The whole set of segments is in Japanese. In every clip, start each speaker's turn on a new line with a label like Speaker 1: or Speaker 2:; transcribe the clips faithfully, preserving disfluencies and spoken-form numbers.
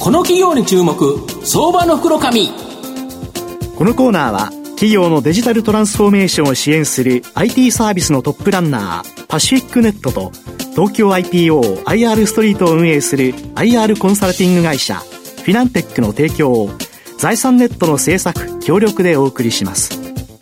Speaker 1: この企業に注目、相場の袋紙。
Speaker 2: このコーナーは企業のデジタルトランスフォーメーションを支援する アイティー サービスのトップランナーパシフィックネットと東京 アイピーオー アイアール ストリートを運営する アイアール コンサルティング会社フィナンテックの提供を財産ネットの制作協力でお送りします。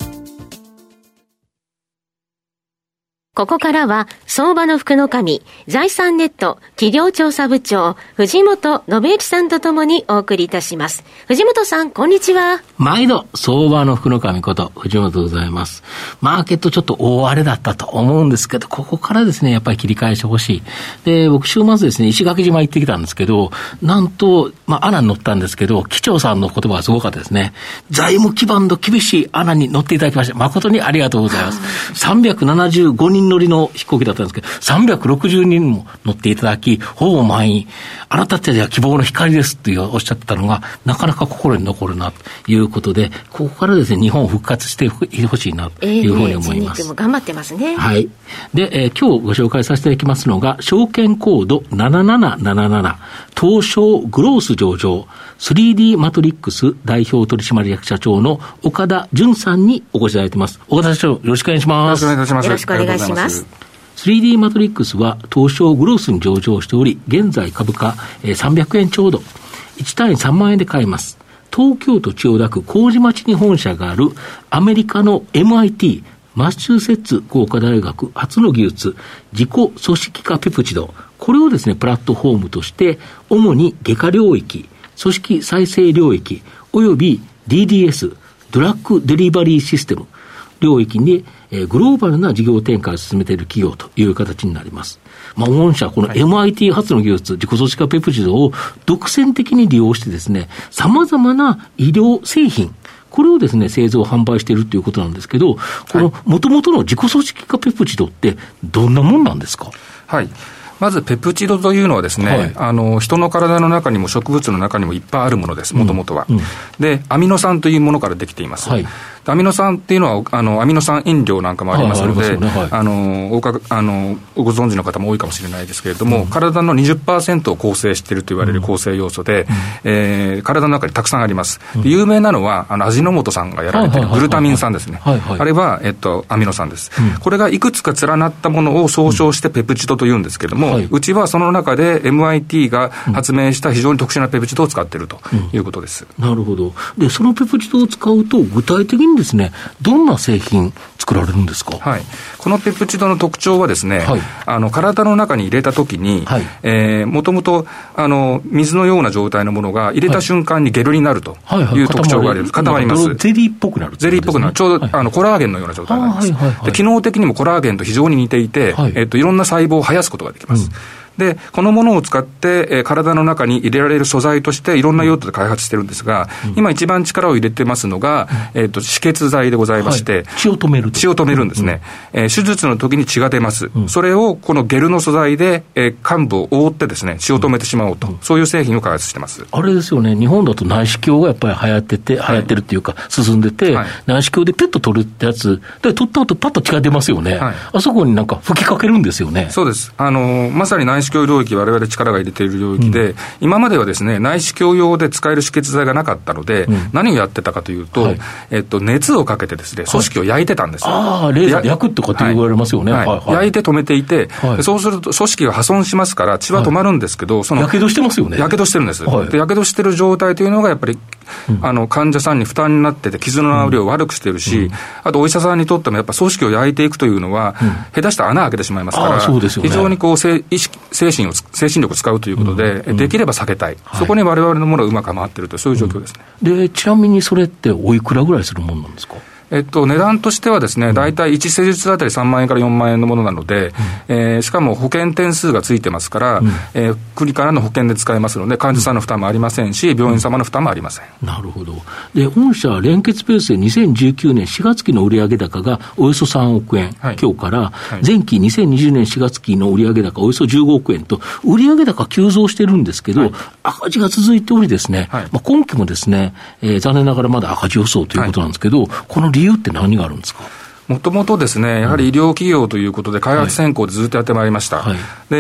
Speaker 3: ここからは相場の福の神財産ネット企業調査部長藤本信之さんとともにお送りいたします。藤本さん、こんにちは。
Speaker 1: 毎度相場の福の神こと藤本でございます。マーケットちょっと大荒れだったと思うんですけど、ここからですねやっぱり切り返してほしい。で、僕週末ですね石垣島行ってきたんですけど、なんとまあ穴に乗ったんですけど、機長さんの言葉がすごかったですね。財務基盤の厳しい穴に乗っていただきまして誠にありがとうございます。さんびゃくななじゅうごにん乗りの飛行機だったんですけど、さんびゃくろくじゅうにんも乗っていただき、ほぼ満員、あなたたちは希望の光ですっておっしゃってたのがなかなか心に残るなということで、ここからですね日本を復活してほしいなというふうに思います。
Speaker 3: えー、も頑張ってますね。
Speaker 1: はい。で、えー、今日ご紹介させていただきますのが証券コードなななななななな東証グロース上場 スリーディー マトリックス代表取締役社長の岡田純さんにお越しいただいています。岡田社長、よろしくお願いします。
Speaker 4: よろしくお願いいたします。
Speaker 3: よろしくお願いします。
Speaker 1: スリーディー マトリックスは東証グロースに上場しており、現在株価、えー、さんびゃくえんちょうど、いち単位さんまんえんで買えます。東京都千代田区麹町に本社があるアメリカの エムアイティー マサチューセッツ工科大学初の技術、自己組織化ペプチド、これをですねプラットフォームとして主に外科領域、組織再生領域および ディーディーエス ドラッグデリバリーシステム領域に、えー、グローバルな事業展開を進めている企業という形になります。まあ、御社はこの エムアイティー 発の技術、自己組織化ペプチドを独占的に利用してですね、様々な医療製品、これをですね、製造販売しているということなんですけど、この元々の自己組織化ペプチドってどんなもんなんですか？
Speaker 4: はい。まずペプチドというのはですね、はい、あの人の体の中にも植物の中にもいっぱいあるものです、もともとは、うんうん、でアミノ酸というものからできています、はい、アミノ酸っていうのはあのアミノ酸飲料なんかもありますので、あのご存知の方も多いかもしれないですけれども、うん、体の にじゅっパーセント を構成していると言われる構成要素で、うんえー、体の中にたくさんあります、うん、で有名なのはあの味の素さんがやられているグルタミン酸ですね、はいはいはい、あれは、えっと、アミノ酸です、うん、これがいくつか連なったものを総称してペプチドというんですけれども、うんはい、うちはその中で エムアイティー が発明した非常に特殊なペプチドを使っているということです、
Speaker 1: うん、なるほど。でそのペプチドを使うと具体的にですねどんな製品作られるんですか？
Speaker 4: はい、このペプチドの特徴はですね、はい、あの体の中に入れたときに、はいえー、もともとあの水のような状態のものが入れた瞬間にゲルになるという特徴があります。固まります。
Speaker 1: ゼリーっぽくなる、ね、
Speaker 4: ゼリーっぽくなる。ちょうど、はい、あのコラーゲンのような状態になります、はいはいはい、で機能的にもコラーゲンと非常に似ていて、はいえー、といろんな細胞を生やすことができます、うんでこのものを使って、えー、体の中に入れられる素材としていろんな用途で開発してるんですが、うん、今一番力を入れてますのが、うんえー、と止血剤でございまして、はい、
Speaker 1: 血を止める
Speaker 4: 血を止めるんですね、うんえー、手術の時に血が出ます、うん、それをこのゲルの素材で、えー、患部を覆ってですね血を止めてしまおうと、うん、そういう製品を開発してます。
Speaker 1: あれですよね、日本だと内視鏡がやっぱり流行ってて、はい、流行ってるっていうか進んでて、はい、内視鏡でピュッと取るってやつで取った後パッと血が出ますよね、はい、あそこになんか吹きかけるんですよね。
Speaker 4: そうです。あのまさに内視鏡領域我々力が入れている領域で、うん、今まではですね内視鏡用で使える止血剤がなかったので、うん、何をやってたかというと、はいえっと、熱をかけてですね組織を焼いてたんですよ、
Speaker 1: はい、ああレーザーで焼くとかって言われますよね、
Speaker 4: はいはいはい、焼いて止めていて、はい、そうすると組織が破損しますから血は止まるんですけど、はい、その
Speaker 1: やけどしてますよね。
Speaker 4: やけどしてるんです、
Speaker 1: はい、
Speaker 4: でやけどしてる状態というのがやっぱり、うん、あの患者さんに負担になってて傷の治りを悪くしているし、うん、あとお医者さんにとってもやっぱ組織を焼いていくというのは、うん、下手した穴開けてしまいますから、そうですよね、非常にこう精意識精神を精神力を使うということで、うんうん、できれば避けたい、はい、そこに我々のものがうまくはまっているというそういう状況ですね、
Speaker 1: うん、でちなみにそれっておいくらぐらいするものなんですか？
Speaker 4: えっと、値段としてはですね、大体いち施術あたりさんまんえんからよんまんえんのものなので、うんえー、しかも保険点数がついてますから、うんえー、国からの保険で使えますので患者さんの負担もありませんし、病院様の負担もありません、
Speaker 1: うん、なるほど。で本社は連結ベースでにせんじゅうきゅうねんしがつ期の売上高がおよそさんおくえん、はい、今日から前期にせんにじゅうねんしがつ期の売上高およそじゅうごおくえんと売上高急増してるんですけど、はい、赤字が続いておりですね、はいまあ、今期もですね、えー、残念ながらまだ赤字予想ということなんですけど、はい、この理由って何があるんですか？
Speaker 4: もともとですね、やはり医療企業ということで開発先行でずっとやってまいりました、はい、で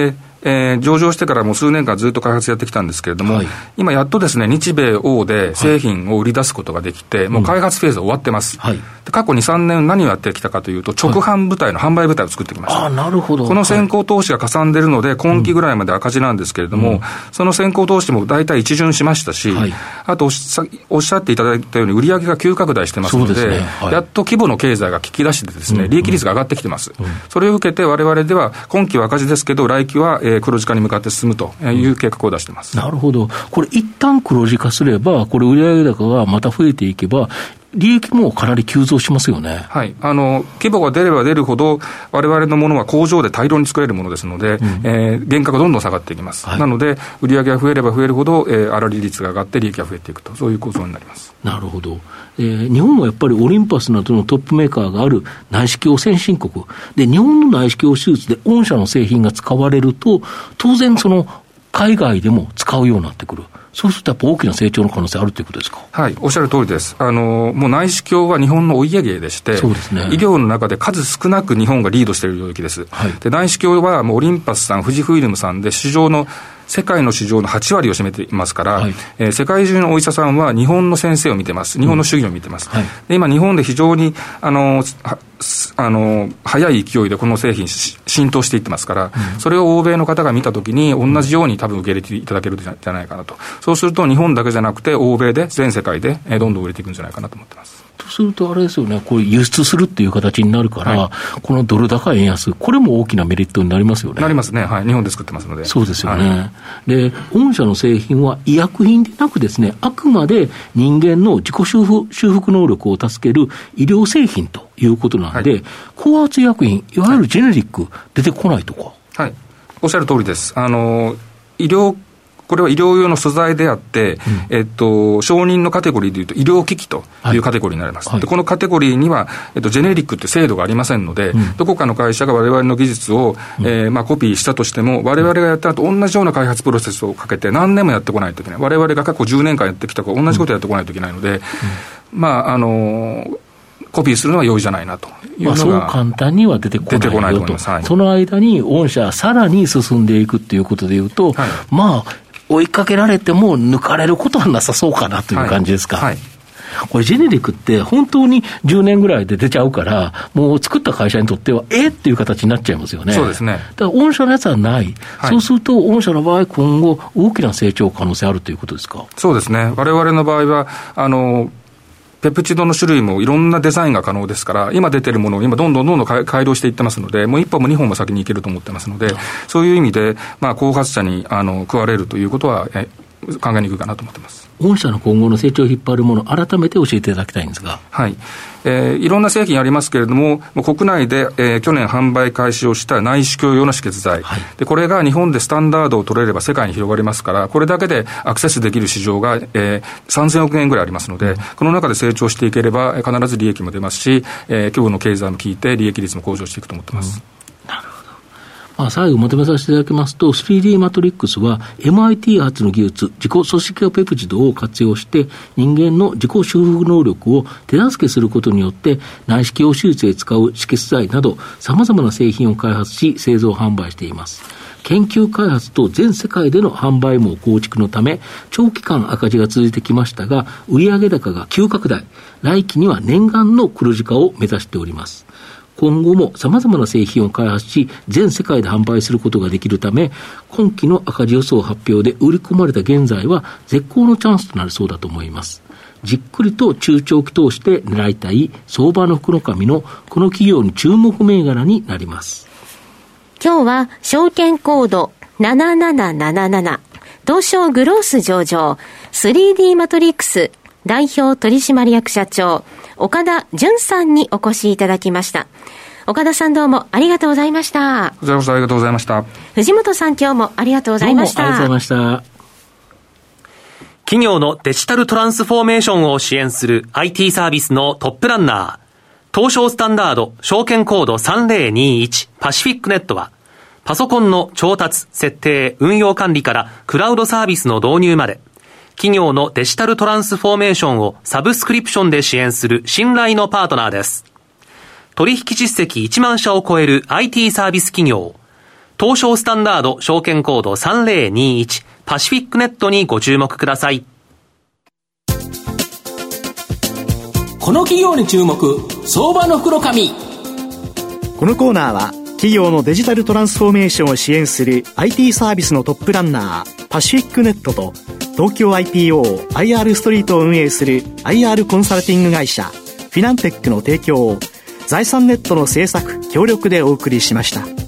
Speaker 4: えー、上場してからもう数年間ずっと開発やってきたんですけれども、はい、今やっとですね、日米欧で製品を売り出すことができて、はい、もう開発フェーズ終わってます。うん、はい、で過去に、さんねん何をやってきたかというと、直販部隊の販売部隊を作ってきました。
Speaker 1: はい、あ、なるほど。
Speaker 4: この先行投資がかさんでるので、今期ぐらいまで赤字なんですけれども、うん、その先行投資も大体一巡しましたし、はい、あとおっしゃ、おっしゃっていただいたように売上が急拡大してますので、そうですね、はい、やっと規模の経済が効き出してですね、利益率が上がってきてます。うんうん、それを受けて我々では今期は赤字ですけど、来期は、えー、黒字化に向かって進むという計画を出しています。
Speaker 1: うん、なるほど。これ一旦黒字化すれば、これ売上高がまた増えていけば、利益もかなり急増しますよね。
Speaker 4: はい。あの、規模が出れば出るほど、我々のものは工場で大量に作れるものですので、うん、えー、原価がどんどん下がっていきます。はい、なので、売上が増えれば増えるほど、えー、粗利率が上がって利益が増えていくと、そういう構造になります。
Speaker 1: なるほど。えー、日本はやっぱりオリンパスなどのトップメーカーがある内視鏡先進国。で、日本の内視鏡手術で御社の製品が使われると、当然その海外でも使うようになってくる。そうするとやっぱ大きな成長の可能性あるということですか。
Speaker 4: はい、おっしゃる通りです。あの、もう内視鏡は日本のお家芸でして、そうですね、医療の中で数少なく日本がリードしている領域です。はい、で、内視鏡はもうオリンパスさん、富士フイルムさんで市場の世界の市場のはち割を占めていますから、はい、えー、世界中のお医者さんは日本の先生を見てます。日本の主義を見てます。うん、はい、で今日本で非常にあのあの早い勢いでこの製品浸透していってますから、うん、それを欧米の方が見たときに同じように多分受け入れていただけるんじゃないかなと。そうすると日本だけじゃなくて欧米で全世界でどんどん売れていくんじゃないかなと思ってます。
Speaker 1: とするとあれですよね、これ輸出するっていう形になるから、はい、このドル高円安、これも大きなメリットになりますよね。
Speaker 4: なりますね。はい。日本で作ってますので。
Speaker 1: そうですよね。はい、で、御社の製品は医薬品でなくですね、あくまで人間の自己修復、修復能力を助ける医療製品ということなんで、はい、高圧医薬品、いわゆるジェネリック、出てこないとか。
Speaker 4: はい。おっしゃる通りです。あの、医療これは医療用の素材であって、うん、えっと、承認のカテゴリーでいうと医療機器というカテゴリーになります。はい、でこのカテゴリーには、えっと、ジェネリックって制度がありませんので、うん、どこかの会社が我々の技術を、うん、えーまあ、コピーしたとしても、我々がやったのと同じような開発プロセスをかけて何年もやってこないといけない。我々が過去じゅうねんかんやってきた同じことをやってこないといけないので、うんうん、まあ、あのー、コピーするのは容易じゃないなというのが、
Speaker 1: まあ、そう簡単には出てこないよと。出てこないと思います。はい、その間に御社さらに進んでいくっていうことでいうと、はい、まあ追いかけられても抜かれることはなさそうかなという感じですか。はいはい、これジェネリックって本当にじゅうねんぐらいで出ちゃうから、もう作った会社にとってはえっていう形になっちゃいますよね。
Speaker 4: そうですね。
Speaker 1: だから御社のやつはない、はい、そうすると御社の場合今後大きな成長可能性あるということですか。
Speaker 4: そうですね。我々の場合はあのペプチドの種類もいろんなデザインが可能ですから、今出てるものを今どんどんどんどん改良していってますので、もう一歩も二歩も先に行けると思ってますので、そういう意味で、まあ、後発者にあの食われるということはえ考えにくいかなと思ってます。
Speaker 1: 御社の今後の成長を引っ張るもの、改めて教えていただきたいんですが。
Speaker 4: はい。えー、いろんな製品ありますけれども、もう国内で、えー、去年販売開始をした内視鏡用の止血剤、はい、でこれが日本でスタンダードを取れれば世界に広がりますから、これだけでアクセスできる市場が、えー、さんぜんおくえんぐらいありますので、うん、この中で成長していければ必ず利益も出ますし、えー、今日の経済も効いて利益率も向上していくと思ってます。
Speaker 1: うん、なるほど。まあ、最後まとめさせていただきますと、スリーディー マトリックスは エムアイティー 発の技術、自己組織化ペプチドを活用して人間の自己修復能力を手助けすることによって内視鏡手術で使う止血剤など様々な製品を開発し製造販売しています。研究開発と全世界での販売網構築のため長期間赤字が続いてきましたが、売上高が急拡大、来期には念願の黒字化を目指しております。今後も様々な製品を開発し全世界で販売することができるため、今期の赤字予想発表で売り込まれた現在は絶好のチャンスとなりそうだと思います。じっくりと中長期投資で狙いたい相場の福の神のこの企業に注目銘柄になります。
Speaker 3: 今日は証券コードなななななななな東証グロース上場 スリーディー マトリックス代表取締役社長岡田純さんにお越しいただきました。岡田さんどうもありがとうございました。
Speaker 4: こちらこそありがとうございました。
Speaker 3: 藤本さん今日もありがとうございました。
Speaker 1: どうもありがとうございました。
Speaker 5: 企業のデジタルトランスフォーメーションを支援する アイティー サービスのトップランナー、東証スタンダード証券コードさんぜろにいちパシフィックネットは、パソコンの調達、設定、運用管理からクラウドサービスの導入まで、企業のデジタルトランスフォーメーションをサブスクリプションで支援する信頼のパートナーです。取引実績いちまんしゃを超える アイティー サービス企業、 東証スタンダード証券コードさんぜろにいちパシフィックネットにご注目ください。
Speaker 1: この企業に注目、相場の福の神。
Speaker 2: このコーナーは企業のデジタルトランスフォーメーションを支援する アイティー サービスのトップランナーパシフィックネットと、東京 アイピーオー アイアール ストリートを運営する アイアール コンサルティング会社フィナンテックの提供を財産ネットの制作協力でお送りしました。